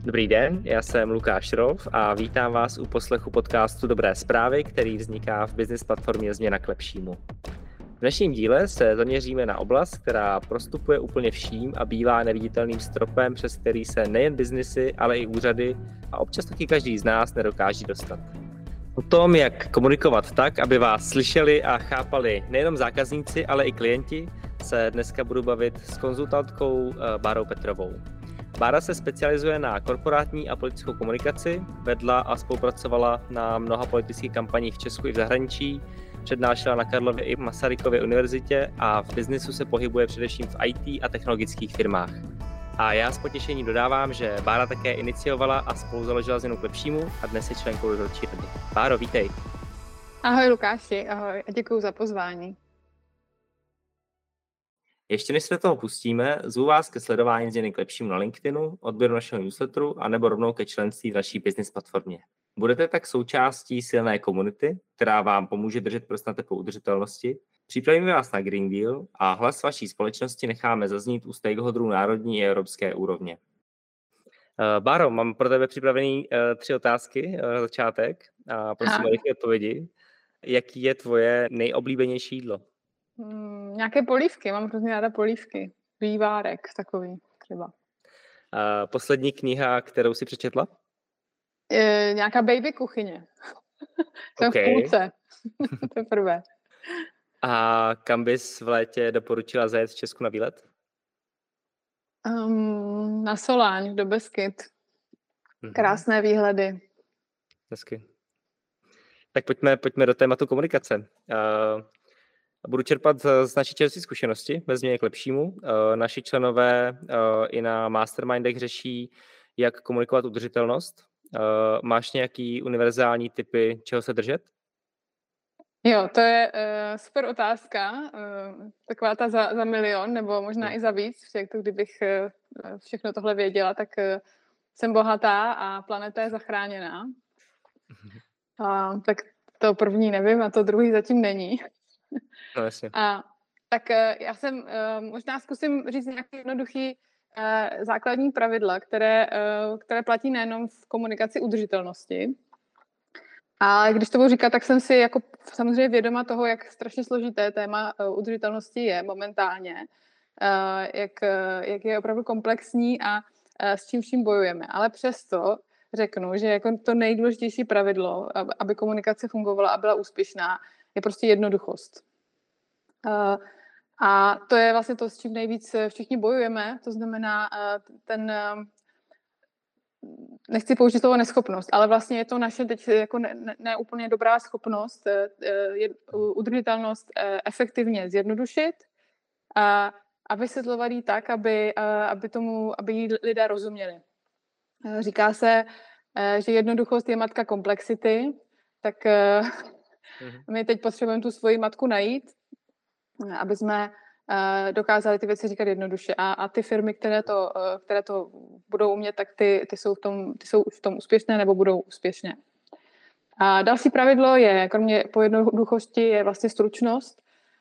Dobrý den, já jsem Lukáš Rolf a vítám vás u poslechu podcastu Dobré zprávy, který vzniká v business platformě Změna k lepšímu. V dnešním díle se zaměříme na oblast, která prostupuje úplně vším a bývá neviditelným stropem, přes který se nejen biznesy, ale i úřady a občas taky každý z nás nedokáží dostat. O tom, jak komunikovat tak, aby vás slyšeli a chápali nejenom zákazníci, ale i klienti, se dneska budu bavit s konzultantkou Bárou Petrovou. Bára se specializuje na korporátní a politickou komunikaci, vedla a spolupracovala na mnoha politických kampaních v Česku i v zahraničí, přednášela na Karlově i Masarykově univerzitě a v biznisu se pohybuje především v IT a technologických firmách. A já s potěšením dodávám, že Bára také iniciovala a spoluzaložila Změnu k lepšímu a dnes je členkou dozorčí rady. Báro, vítej. Ahoj Lukáši, ahoj a děkuji za pozvání. Ještě než se do toho pustíme, zvu vás ke sledování Změny k lepšímu na LinkedInu, odběru našeho newsletteru a nebo rovnou ke členství v naší business platformě. Budete tak součástí silné komunity, která vám pomůže držet prst na tepu udržitelnosti. Připravíme vás na Green Deal a hlas vaší společnosti necháme zaznít u stakeholderů národní i evropské úrovně. Báro, mám pro tebe připravený 3 otázky na začátek a prosím o rychlé odpovědi. Jaký je tvoje nejoblíbenější jídlo? Nějaké polívky, mám hrozně ráda polívky. Vývárek takový třeba. Poslední kniha, kterou jsi přečetla? Nějaká baby kuchyně. Jsem v půlce. To je prvé. A kam bys v létě doporučila zajet v Česku na výlet? Na Soláň, do Beskyd. Krásné výhledy. Hezky. Tak pojďme do tématu komunikace. Budu čerpat z naší čerstvé zkušenosti ve Změně k lepšímu. Naši členové i na mastermindech řeší, jak komunikovat udržitelnost. Máš nějaký univerzální tipy, čeho se držet? Jo, to je super otázka. Taková ta za milion, nebo možná i za víc. Kdybych všechno tohle věděla, tak jsem bohatá a planeta je zachráněná. Tak to první nevím a to druhý zatím není. No, jasně. Tak já možná zkusím říct nějaké jednoduché základní pravidla, které platí nejenom v komunikaci udržitelnosti. A když to budu říkat, tak jsem si jako samozřejmě vědoma toho, jak strašně složité téma udržitelnosti je momentálně, jak je opravdu komplexní a s čím vším bojujeme. Ale přesto řeknu, že jako to nejdůležitější pravidlo, aby komunikace fungovala a byla úspěšná, je prostě jednoduchost. A to je vlastně to, s čím nejvíc všichni bojujeme, to znamená nechci použít slovo neschopnost, ale vlastně je to naše teď jako ne úplně dobrá schopnost udržitelnost efektivně zjednodušit a vysvětlovat ji tak, aby jí lidé rozuměli. Říká se, že jednoduchost je matka komplexity, tak my teď potřebujeme tu svoji matku najít, aby jsme dokázali ty věci říkat jednoduše. A ty firmy, které to budou umět, tak ty jsou v tom úspěšné nebo budou úspěšné. A další pravidlo je, kromě po jednoduchosti, je vlastně stručnost.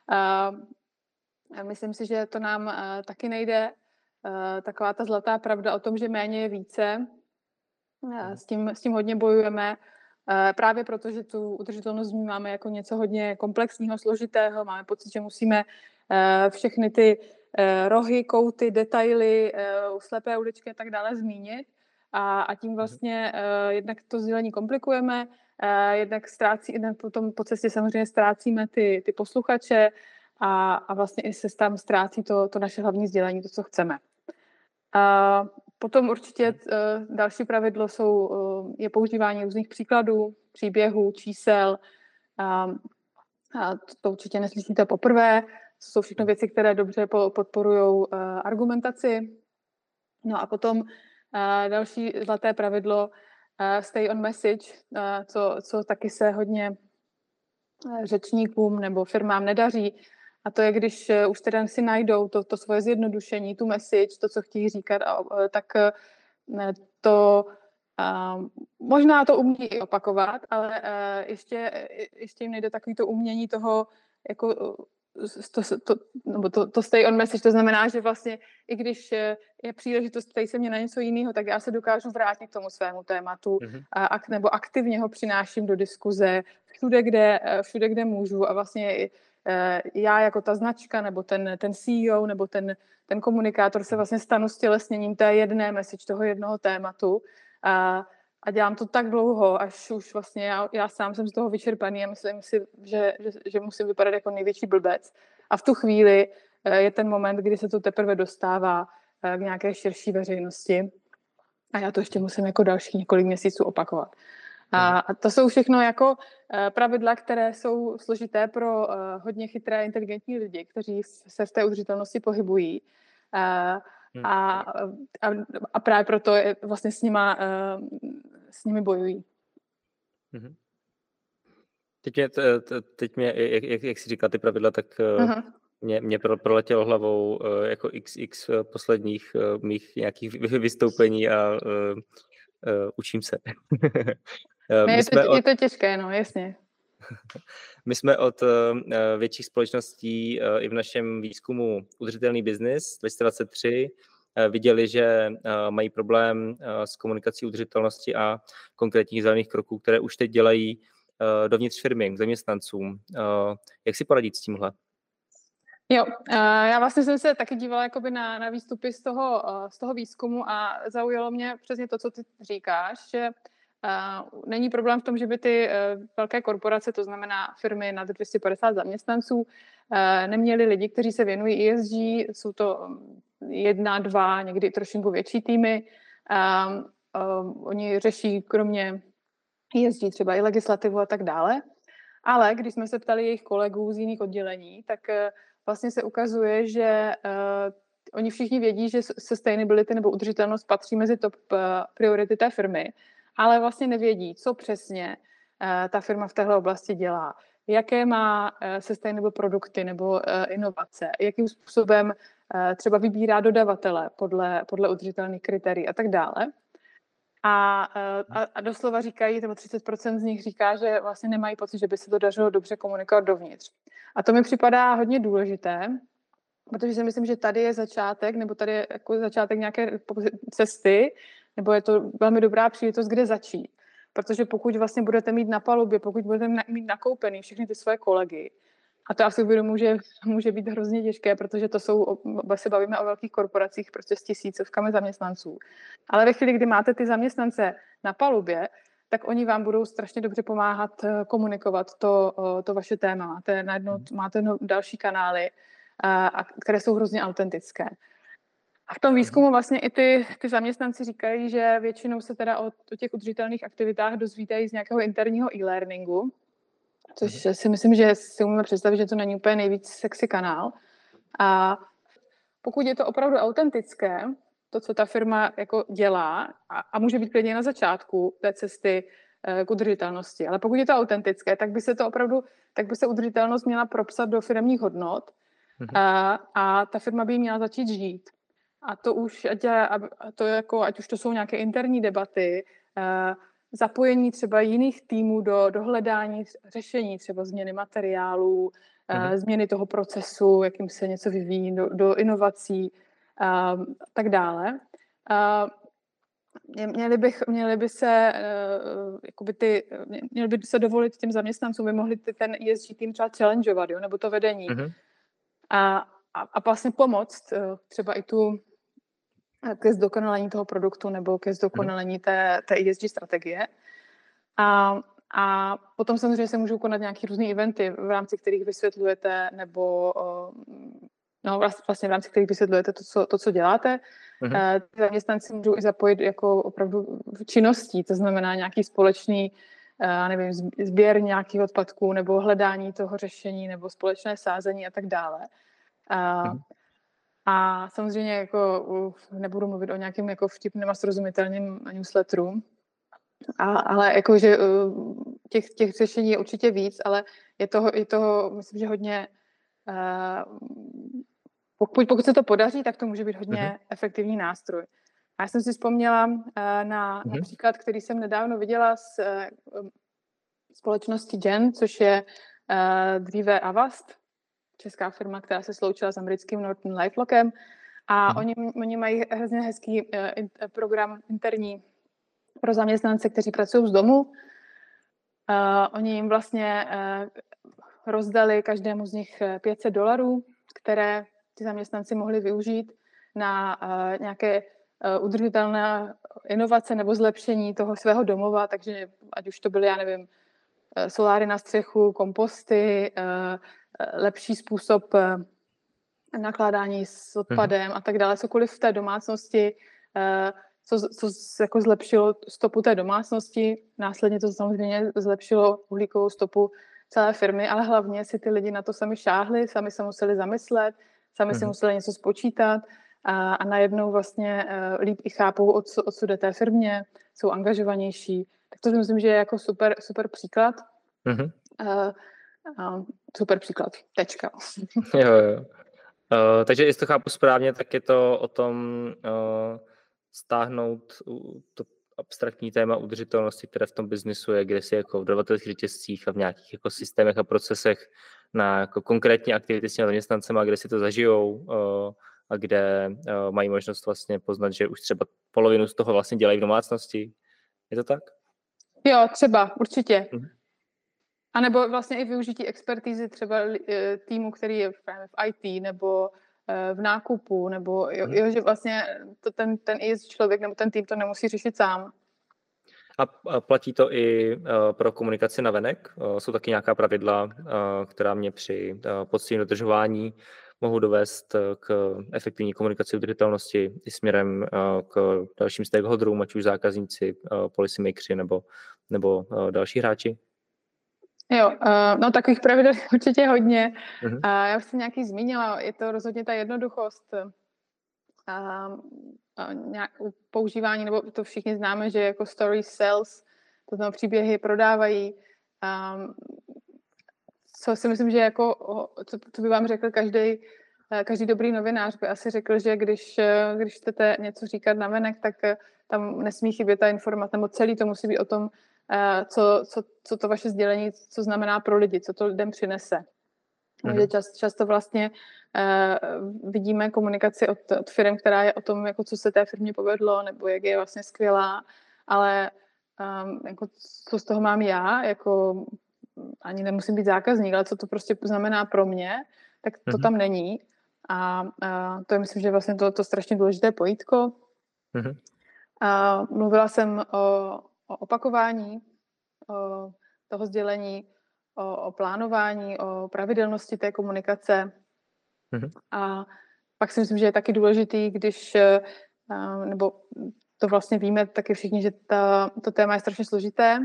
Myslím si, že to nám taky nejde. Taková ta zlatá pravda o tom, že méně je více. S tím hodně bojujeme. Právě proto, že tu udržitelnost vnímáme jako něco hodně komplexního, složitého. Máme pocit, že musíme všechny ty rohy, kouty, detaily, slepé uličky a tak dále zmínit. A tím vlastně jednak to sdělení komplikujeme, jednak potom po cestě samozřejmě ztrácíme ty posluchače a vlastně i se tam ztrácí to naše hlavní sdělení, to, co chceme. Potom určitě další pravidlo je používání různých příkladů, příběhů, čísel. To určitě neslyšíte poprvé. To jsou všechno věci, které dobře podporují argumentaci. No a potom další zlaté pravidlo stay on message, co taky se hodně řečníkům nebo firmám nedaří. A to je, když už teda si najdou to svoje zjednodušení, tu message, to, co chtějí říkat, tak to možná to umí i opakovat, ale ještě jim nejde takový to umění toho jako to stay on message, to znamená, že vlastně i když je příležitost, ptají se mě na něco jiného, tak já se dokážu vrátit k tomu svému tématu nebo aktivně ho přináším do diskuze všude, kde můžu a vlastně já jako ta značka nebo ten CEO nebo ten komunikátor se vlastně stanu stělesněním té jedné message, toho jednoho tématu a dělám to tak dlouho, až už vlastně já sám jsem z toho vyčerpaný a myslím si, že musím vypadat jako největší blbec. A v tu chvíli je ten moment, kdy se to teprve dostává k nějaké širší veřejnosti. A já to ještě musím jako dalších několik měsíců opakovat. A to jsou všechno jako pravidla, které jsou složité pro hodně chytré, inteligentní lidi, kteří se v té udržitelnosti pohybují. A právě proto vlastně s nimi bojují. Teď mě jak jsi říkala ty pravidla, tak mě proletělo hlavou jako XX posledních mých nějakých vystoupení a učím se. Je to těžké, no, jasně. My jsme od větších společností i v našem výzkumu Udržitelný biznis 2023 viděli, že mají problém s komunikací udržitelnosti a konkrétních zelených kroků, které už teď dělají dovnitř firmy, k zaměstnancům. Jak si poradit s tímhle? Jo, já vlastně jsem se taky dívala jakoby na výstupy z toho výzkumu a zaujalo mě přesně to, co ty říkáš, že není problém v tom, že by ty velké korporace, to znamená firmy nad 250 zaměstnanců, neměly lidi, kteří se věnují ESG, jsou to 1, 2, někdy trošku větší týmy. Oni řeší kromě ESG třeba i legislativu a tak dále. Ale když jsme se ptali jejich kolegů z jiných oddělení, tak vlastně se ukazuje, že oni všichni vědí, že sustainability nebo udržitelnost patří mezi top priority té firmy, ale vlastně nevědí, co přesně ta firma v téhle oblasti dělá. Jaké má sustainable produkty nebo inovace, jakým způsobem třeba vybírá dodavatele podle udržitelných kritérií a tak dále. A doslova říkají, nebo 30% z nich říká, že vlastně nemají pocit, že by se to dařilo dobře komunikovat dovnitř. A to mi připadá hodně důležité, protože si myslím, že tady je začátek, nebo tady je jako začátek nějaké cesty, nebo je to velmi dobrá příležitost, kde začít. Protože pokud vlastně budete mít na palubě, pokud budete mít nakoupený všechny ty svoje kolegy, a to asi uvědomuji, že může být hrozně těžké, protože to se bavíme o velkých korporacích prostě s tisícovkami zaměstnanců. Ale ve chvíli, kdy máte ty zaměstnance na palubě, tak oni vám budou strašně dobře pomáhat komunikovat to vaše téma. Máte další kanály, které jsou hrozně autentické. A v tom výzkumu vlastně i ty zaměstnanci říkají, že většinou se teda o těch udržitelných aktivitách dozvídají z nějakého interního e-learningu, což si myslím, že si umíme představit, že to není úplně nejvíc sexy kanál. A pokud je to opravdu autentické, to, co ta firma jako dělá, a může být klidně na začátku té cesty k udržitelnosti, ale pokud je to autentické, tak by se udržitelnost měla propsat do firemních hodnot a ta firma by ji měla začít žít. A to už, ať už to jsou nějaké interní debaty, zapojení třeba jiných týmů do hledání řešení, třeba změny materiálů, změny toho procesu, jakým se něco vyvíjí, do inovací a tak dále. Měli by se dovolit těm zaměstnancům, by mohli ten ESG tým třeba challengeovat, jo, nebo to vedení. A vlastně pomoct třeba i ke zdokonalení toho produktu nebo ke zdokonalení té ESG strategie. A potom samozřejmě se můžou konat nějaké různé eventy, v rámci kterých vysvětlujete, nebo vlastně v rámci kterých vysvětlujete to, co děláte. Zaměstnanci můžou i zapojit jako opravdu činností, to znamená nějaký společný sběr nějakých odpadků nebo hledání toho řešení nebo společné sázení a tak dále. A samozřejmě jako nebudu mluvit o nějakém jako vtipném a srozumitelném newsletteru, ale jakože těch řešení je určitě víc, ale je toho myslím, že hodně, pokud se to podaří, tak to může být hodně efektivní nástroj. A já jsem si vzpomněla na příklad, který jsem nedávno viděla z společnosti Gen, což je dříve Avast. česká firma, která se sloučila s americkým Norton LifeLockem a Mhm. oni mají hrozně hezký program interní pro zaměstnance, kteří pracují z domu. Oni jim vlastně rozdali každému z nich $500, které ty zaměstnanci mohli využít na nějaké udržitelné inovace nebo zlepšení toho svého domova, takže ať už to byly, já nevím, soláry na střechu, komposty, lepší způsob nakládání s odpadem a tak dále, cokoliv v té domácnosti, co jako zlepšilo stopu té domácnosti. Následně to samozřejmě zlepšilo uhlíkovou stopu celé firmy, ale hlavně si ty lidi na to sami šáhli, sami se museli zamyslet, sami si museli něco spočítat a najednou vlastně líp i chápou, o co jde té firmě, jsou angažovanější. Tak to si myslím, že je jako super příklad. Mhm. Super příklad. Tečka. Jo. Takže jestli to chápu správně, tak je to o tom stáhnout to abstraktní téma udržitelnosti, které v tom biznisu je, kde si jako v dodavatelských řetězcích a v nějakých jako systémech a procesech na jako konkrétní aktivity s těmi zaměstnancema, kde si to zažijou a kde mají možnost vlastně poznat, že už třeba polovinu z toho vlastně dělají v domácnosti. Je to tak? Jo, třeba, určitě. Mhm. A nebo vlastně i využití expertízy třeba týmu, který je v IT nebo v nákupu, nebo jo, že vlastně to ten člověk nebo ten tým to nemusí řešit sám. A platí to i pro komunikaci navenek? Jsou taky nějaká pravidla, která mě při poctivém dodržování mohou dovést k efektivní komunikaci udržitelnosti i směrem k dalším stakeholderům, ať už zákazníci, policy makersi nebo další hráči? Jo, no takových pravidel určitě hodně. Mhm. Já už jsem nějaký zmínila, je to rozhodně ta jednoduchost používání, nebo to všichni známe, že jako story sells, to znamená příběhy prodávají. Co si myslím, že jako, co by vám řekl každý dobrý novinář, by asi řekl, že když chcete něco říkat navenek, tak tam nesmí chybět ta informace, nebo celý to musí být o tom, co to vaše sdělení, co znamená pro lidi, co to lidem přinese. Často vlastně vidíme komunikaci od firm, která je o tom, jako co se té firmě povedlo, nebo jak je vlastně skvělá, ale jako co z toho mám já, jako ani nemusím být zákazník, ale co to prostě znamená pro mě, tak to tam není. A to je, myslím, že vlastně to strašně důležité pojítko. Mluvila jsem o opakování toho sdělení, o plánování, o pravidelnosti té komunikace. A pak si myslím, že je taky důležitý, když, nebo to vlastně víme taky všichni, že to téma je strašně složité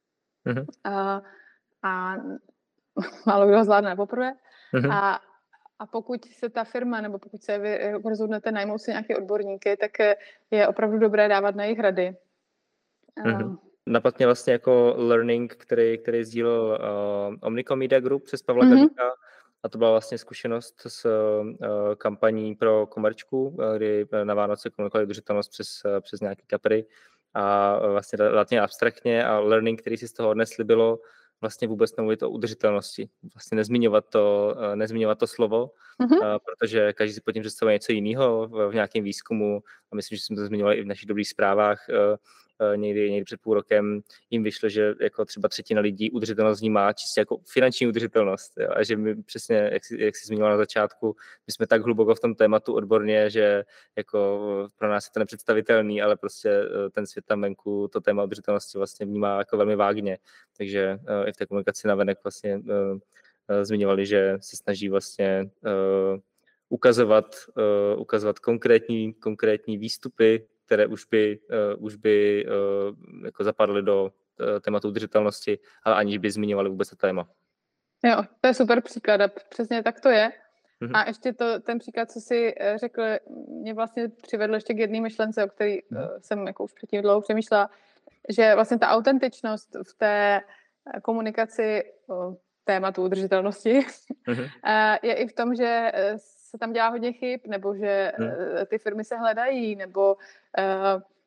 a málo kdo ho zvládne poprvé. A pokud se ta firma, nebo pokud se vy rozhodnete najmout si nějaké odborníky, tak je opravdu dobré dávat na jejich rady. Napadl mě vlastně jako learning, který sdílel Omnicom Media Group přes Pavla Gabíka, a to byla vlastně zkušenost s kampaní pro komerčku, kdy na Vánoce komunikovali udržitelnost přes nějaké kapry a vlastně relativně abstraktně, a learning, který si z toho odnesli, bylo vlastně vůbec nemluvit o udržitelnosti. Vlastně nezmiňovat to slovo, protože každý si pod tím představuje něco jiného v nějakém výzkumu, a myslím, že jsme to zmiňovali i v našich dobrých zprávách. Někdy před půl rokem jim vyšlo, že jako třeba třetina lidí udržitelnost vnímá čistě jako finanční udržitelnost. Jo? A že my přesně, jak jsi zmínila na začátku, my jsme tak hluboko v tom tématu odborně, že jako pro nás je to nepředstavitelný, ale prostě ten svět tam venku to téma udržitelnosti vlastně vnímá jako velmi vágně. Takže i v té komunikaci navenek vlastně zmiňovali, že se snaží vlastně ukazovat konkrétní výstupy, které už by jako zapadly do tématu udržitelnosti, ale aniž by zmiňovali vůbec to téma. Jo, to je super příklad a přesně tak to je. A ještě ten příklad, co jsi řekl, mě vlastně přivedl ještě k jedné myšlence, o který jsem jako už předtím dlouho přemýšlela, že vlastně ta autentičnost v té komunikaci tématu udržitelnosti je i v tom, že se tam dělá hodně chyb, nebo že ty firmy se hledají, nebo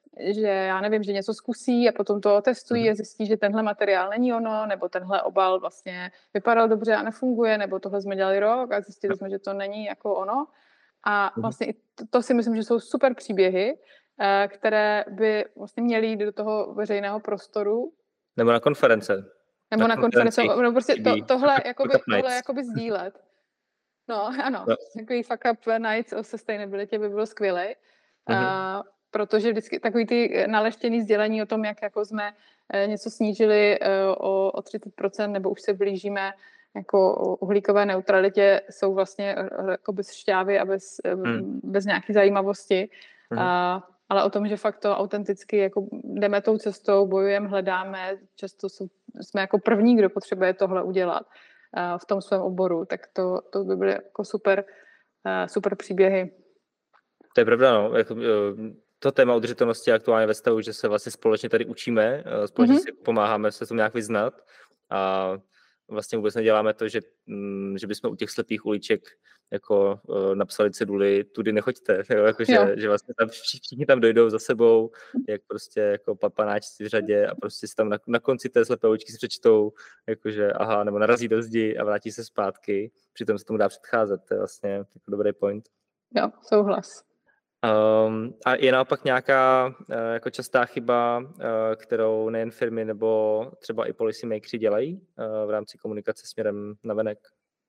že já nevím, že něco zkusí a potom to testují a zjistí, že tenhle materiál není ono, nebo tenhle obal vlastně vypadal dobře a nefunguje, nebo tohle jsme dělali rok a zjistili jsme, že to není jako ono. A vlastně i to si myslím, že jsou super příběhy, které by vlastně měly jít do toho veřejného prostoru. Nebo na konference. Nebo na konference, no prostě tohle jakoby sdílet. No, ano, takový fuck up nights o sustainability by bylo skvělej, protože vždycky takový ty naleštěný sdělení o tom, jak jako jsme něco snížili o 30%, nebo už se blížíme jako uhlíkové neutralitě, jsou vlastně jako bez šťávy a bez nějaké zajímavosti. Ale o tom, že fakt to autenticky jako jdeme tou cestou, bojujeme, hledáme, často jsme jako první, kdo potřebuje tohle udělat v tom svém oboru, tak to by byly jako super příběhy. To je pravda, no. To téma udržitelnosti je aktuálně ve stavu, že se vlastně společně tady učíme, společně si pomáháme se tomu nějak vyznat a vlastně vůbec neděláme to, že bychom u těch slepých uliček jako napsali ceduly, tudy nechoďte, že vlastně tam všichni tam dojdou za sebou, jak prostě jako panáčci v řadě a prostě si tam na konci té slepé uličky si přečtou, jakože aha, nebo narazí do zdi a vrátí se zpátky, přitom se tomu dá předcházet, to je vlastně jako dobrý point. Jo, souhlas. A je naopak nějaká jako častá chyba, kterou nejen firmy nebo třeba i policy makeri dělají v rámci komunikace směrem navenek?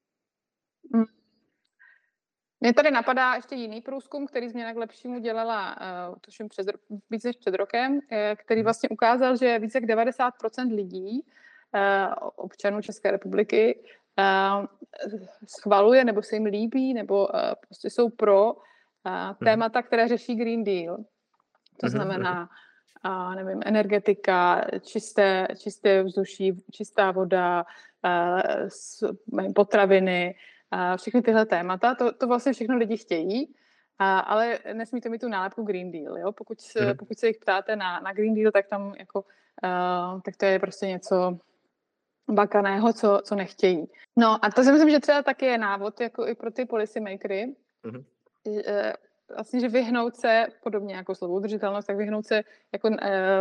Mně tady napadá ještě jiný průzkum, který Změna k lepšímu dělala tuším víc než před rokem, který vlastně ukázal, že více jak 90% lidí, občanů České republiky, schvaluje nebo se jim líbí nebo prostě jsou pro témata, které řeší Green Deal. To znamená, nevím, energetika, čisté vzduší, čistá voda, potraviny, všechny tyhle témata. To vlastně všechno lidi chtějí, ale nesmí to mít tu nálepku Green Deal. Jo? Pokud se jich ptáte na Green Deal, tak tam jako, tak to je prostě něco bakaného, co nechtějí. No a to si myslím, že třeba taky je návod jako i pro ty policy makery, vlastně, že vyhnout se, podobně jako slovo udržitelnost, tak vyhnout se jako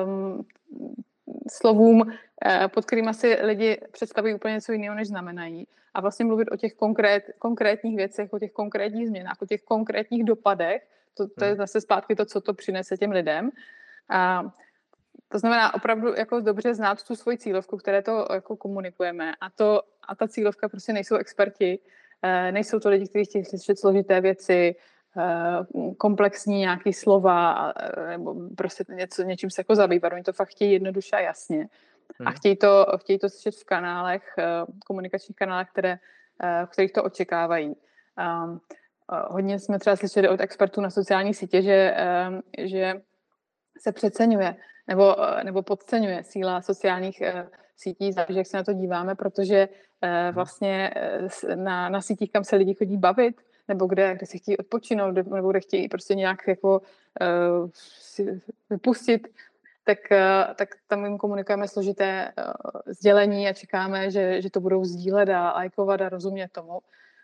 slovům, pod kterými si lidi představují úplně něco jiného, než znamenají. A vlastně mluvit o těch konkrétních věcech, o těch konkrétních změnách, o těch konkrétních dopadech. To je zase zpátky to, co to přinese těm lidem. To znamená opravdu jako dobře znát tu svoji cílovku, které to jako komunikujeme. A ta cílovka prostě nejsou experti, nejsou to lidi, kteří chtějí slyšet složité věci, komplexní nějaký slova nebo prostě něčím se jako zabývat. Oni to fakt chtějí jednoduše a jasně. A chtějí to slyšet v kanálech, komunikačních kanálech, v kterých to očekávají. Hodně jsme třeba slyšeli od expertů na sociální sítě, že se přeceňuje nebo podceňuje síla sociálních sítí, záleží, jak se na to díváme, protože vlastně na sítích, kam se lidi chodí bavit, nebo kde si chtějí odpočinout, nebo kde chtějí prostě nějak jako si vypustit, tak tam jim komunikujeme složité sdělení a čekáme, že to budou sdílet a lajkovat a rozumět tomu.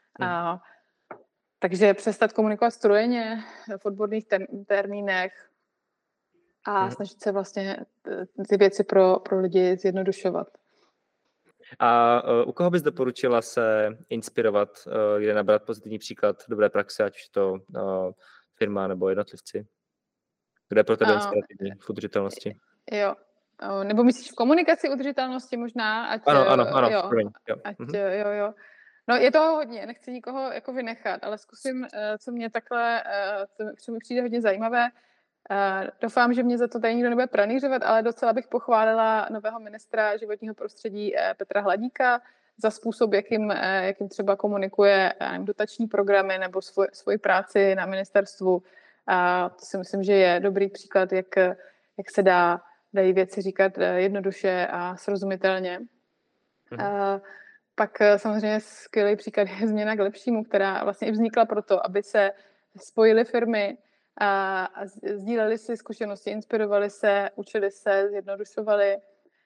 Takže přestat komunikovat strojeně v odborných termínech a snažit se vlastně ty věci pro lidi zjednodušovat. A u koho bys doporučila se inspirovat, kde nabrat pozitivní příklad dobré praxe, ať už to firma nebo jednotlivci? Kde je pro tebe inspirativní v udržitelnosti? Jo. Nebo myslíš v komunikaci udržitelnosti možná? Ano. Jo. No je toho hodně, nechci nikoho jako vynechat, ale zkusím, co mi přijde hodně zajímavé. Doufám, že mě za to tady nikdo nebude pranířovat, ale docela bych pochválila nového ministra životního prostředí Petra Hladíka za způsob, jakým třeba komunikuje dotační programy nebo svoji práci na ministerstvu. To si myslím, že je dobrý příklad, jak se dají věci říkat jednoduše a srozumitelně. Pak samozřejmě skvělý příklad je Změna k lepšímu, která vlastně i vznikla proto, aby se spojily firmy a sdíleli si zkušenosti, inspirovali se, učili se, zjednodušovali.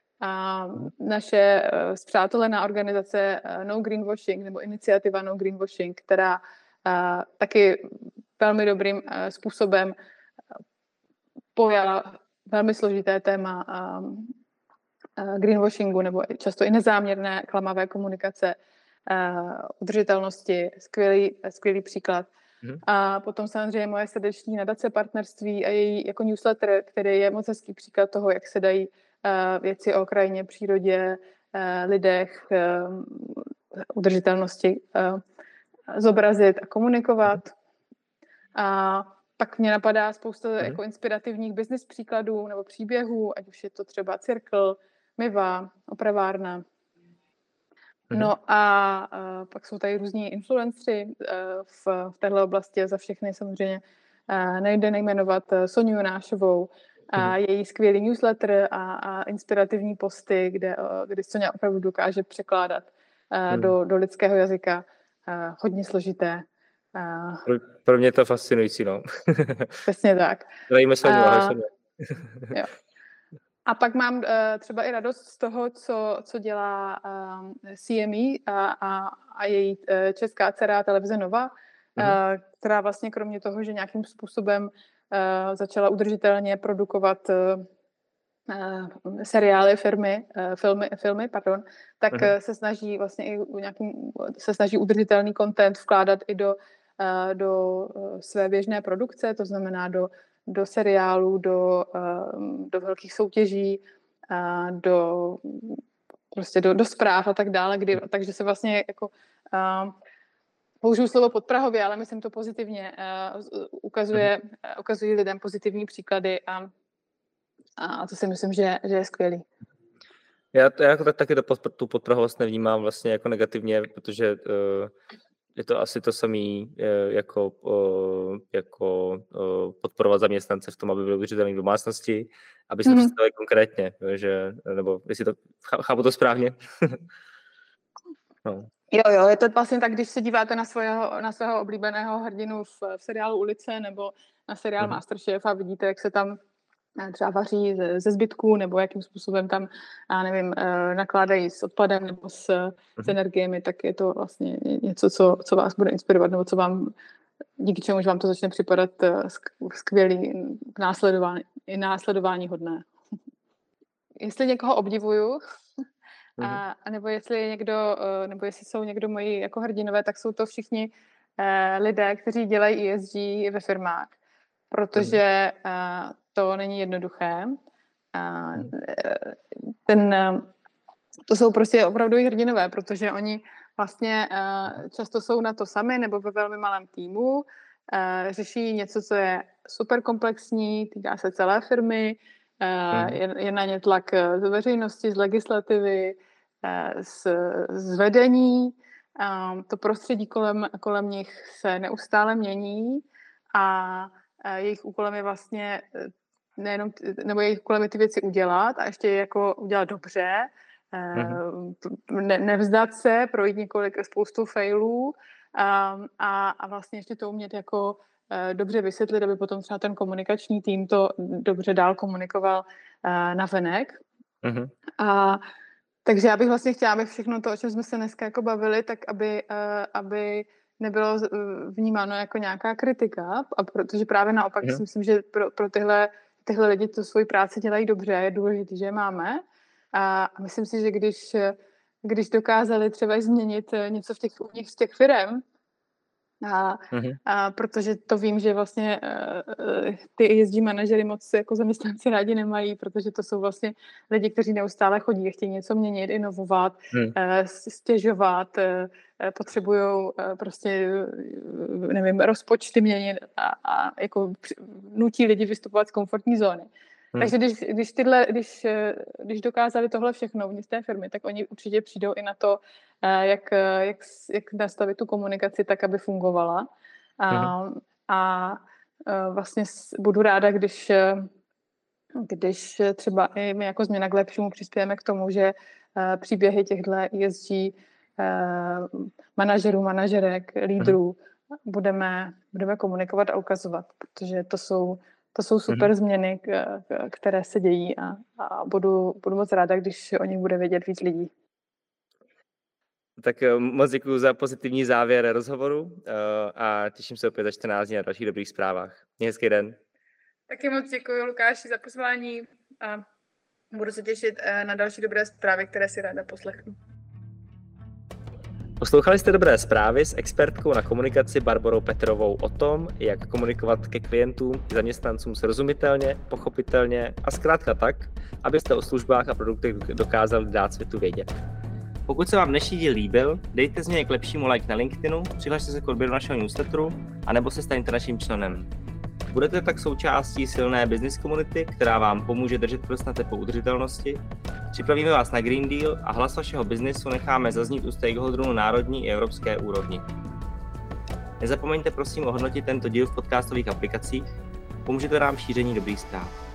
Naše spřátelená organizace No Greenwashing nebo iniciativa No Greenwashing, která taky velmi dobrým způsobem pojala velmi složité téma greenwashingu nebo často i nezáměrné klamavé komunikace, udržitelnosti, skvělý příklad. A potom samozřejmě moje srdeční nadace partnerství a její jako newsletter, který je moc hezký příklad toho, jak se dají věci o krajině, přírodě, lidech, udržitelnosti zobrazit a komunikovat. A pak mě napadá spousta jako inspirativních business příkladů nebo příběhů, ať už je to třeba Circle, Miva, opravárna. No a pak jsou tady různí influenceri v téhle oblasti a za všechny samozřejmě nejde nejmenovat Soňu Jonášovou a její skvělý newsletter a inspirativní posty, kde Soňa opravdu dokáže překládat do lidského jazyka hodně složité. Pro mě je to fascinující, no. Přesně tak. Zdravíme Soňu, ahoj Soňu. Jo. A pak mám třeba i radost z toho, co dělá CME a její česká dcera televize Nova, která vlastně kromě toho, že nějakým způsobem začala udržitelně produkovat seriály, filmy, tak se snaží vlastně i se snaží udržitelný content vkládat i do své běžné produkce, to znamená do seriálů, do velkých soutěží, do zpráv a tak dále, takže se vlastně jako použiju slovo podprahově, ale myslím to pozitivně, ukazují lidem pozitivní příklady a to si myslím, že je skvělý. Já jako taky tu podprahovost nevnímám vlastně jako negativně, protože je to asi to samé jako podporovat zaměstnance v tom, aby byli udržitelní v domácnosti, aby se představili konkrétně, že, nebo jestli to chápu to správně. No. Jo, je to vlastně tak, když se díváte na svého oblíbeného hrdinu v seriálu Ulice nebo na seriál Masterchef a vidíte, jak se tam třeba vaří ze zbytků, nebo jakým způsobem tam, já nevím, nakládají s odpadem nebo s energiemi, tak je to vlastně něco, co vás bude inspirovat, nebo co vám, díky čemuž vám to začne připadat skvělý, následování hodné. Jestli někoho obdivuju, nebo jestli jsou někdo moji jako hrdinové, tak jsou to všichni lidé, kteří dělají ESG ve firmách, protože to není jednoduché. To jsou prostě opravdu i hrdinové, protože oni vlastně často jsou na to sami nebo ve velmi malém týmu, řeší něco, co je super komplexní, týká se celé firmy, je na ně tlak z veřejnosti, z legislativy, z vedení. To prostředí kolem nich se neustále mění a jejich úkolem je vlastně jejich úkolem je ty věci udělat a ještě je jako udělat dobře, nevzdat se, projít spoustu failů a vlastně ještě to umět jako dobře vysvětlit, aby potom třeba ten komunikační tým to dobře dál komunikoval navenek. Takže já bych vlastně chtěla, aby všechno to, o čem jsme se dneska jako bavili, tak aby nebylo vnímáno jako nějaká kritika, a protože právě naopak si myslím, že pro tyhle lidi tu svoji práci dělají dobře, je důležité, že je máme. A myslím si, že když dokázali třeba změnit něco uvnitř těch firem, protože to vím, že vlastně ty ESG manažery moc jako zaměstnanci rádi nemají, protože to jsou vlastně lidi, kteří neustále chodí, chtějí něco měnit, inovovat, stěžovat, potřebují prostě, nevím, rozpočty měnit a jako nutí lidi vystupovat z komfortní zóny. Takže když dokázali tohle všechno uvnitř té firmy, tak oni určitě přijdou i na to, jak nastavit tu komunikaci tak, aby fungovala. A vlastně budu ráda, když třeba i my jako Změna k lepšímu přispějeme k tomu, že příběhy těchto ESG manažerek, lídrů budeme komunikovat a ukazovat, protože to jsou super změny, které se dějí a budu moc ráda, když o nich bude vědět víc lidí. Tak moc děkuji za pozitivní závěr rozhovoru a těším se opět za 14 dní na dalších dobrých zprávách. Měj hezký den. Taky moc děkuji, Lukáši, za pozvání a budu se těšit na další dobré zprávy, které si ráda poslechnu. Poslouchali jste Dobré zprávy s expertkou na komunikaci Barborou Petrovou o tom, jak komunikovat ke klientům i zaměstnancům srozumitelně, pochopitelně a zkrátka tak, abyste o službách a produktech dokázali dát světu vědět. Pokud se vám dnešní díl líbil, dejte změně k lepšímu like na LinkedInu, přihlašte se k odběru našeho newsletteru, anebo se staňte naším členem. Budete tak součástí silné business komunity, která vám pomůže držet prst na tepu udržitelnosti. Připravíme vás na Green Deal a hlas vašeho biznesu necháme zaznít u stakeholderů na národní i evropské úrovni. Nezapomeňte prosím ohodnotit tento díl v podcastových aplikacích, pomůžete nám v šíření dobrých zpráv.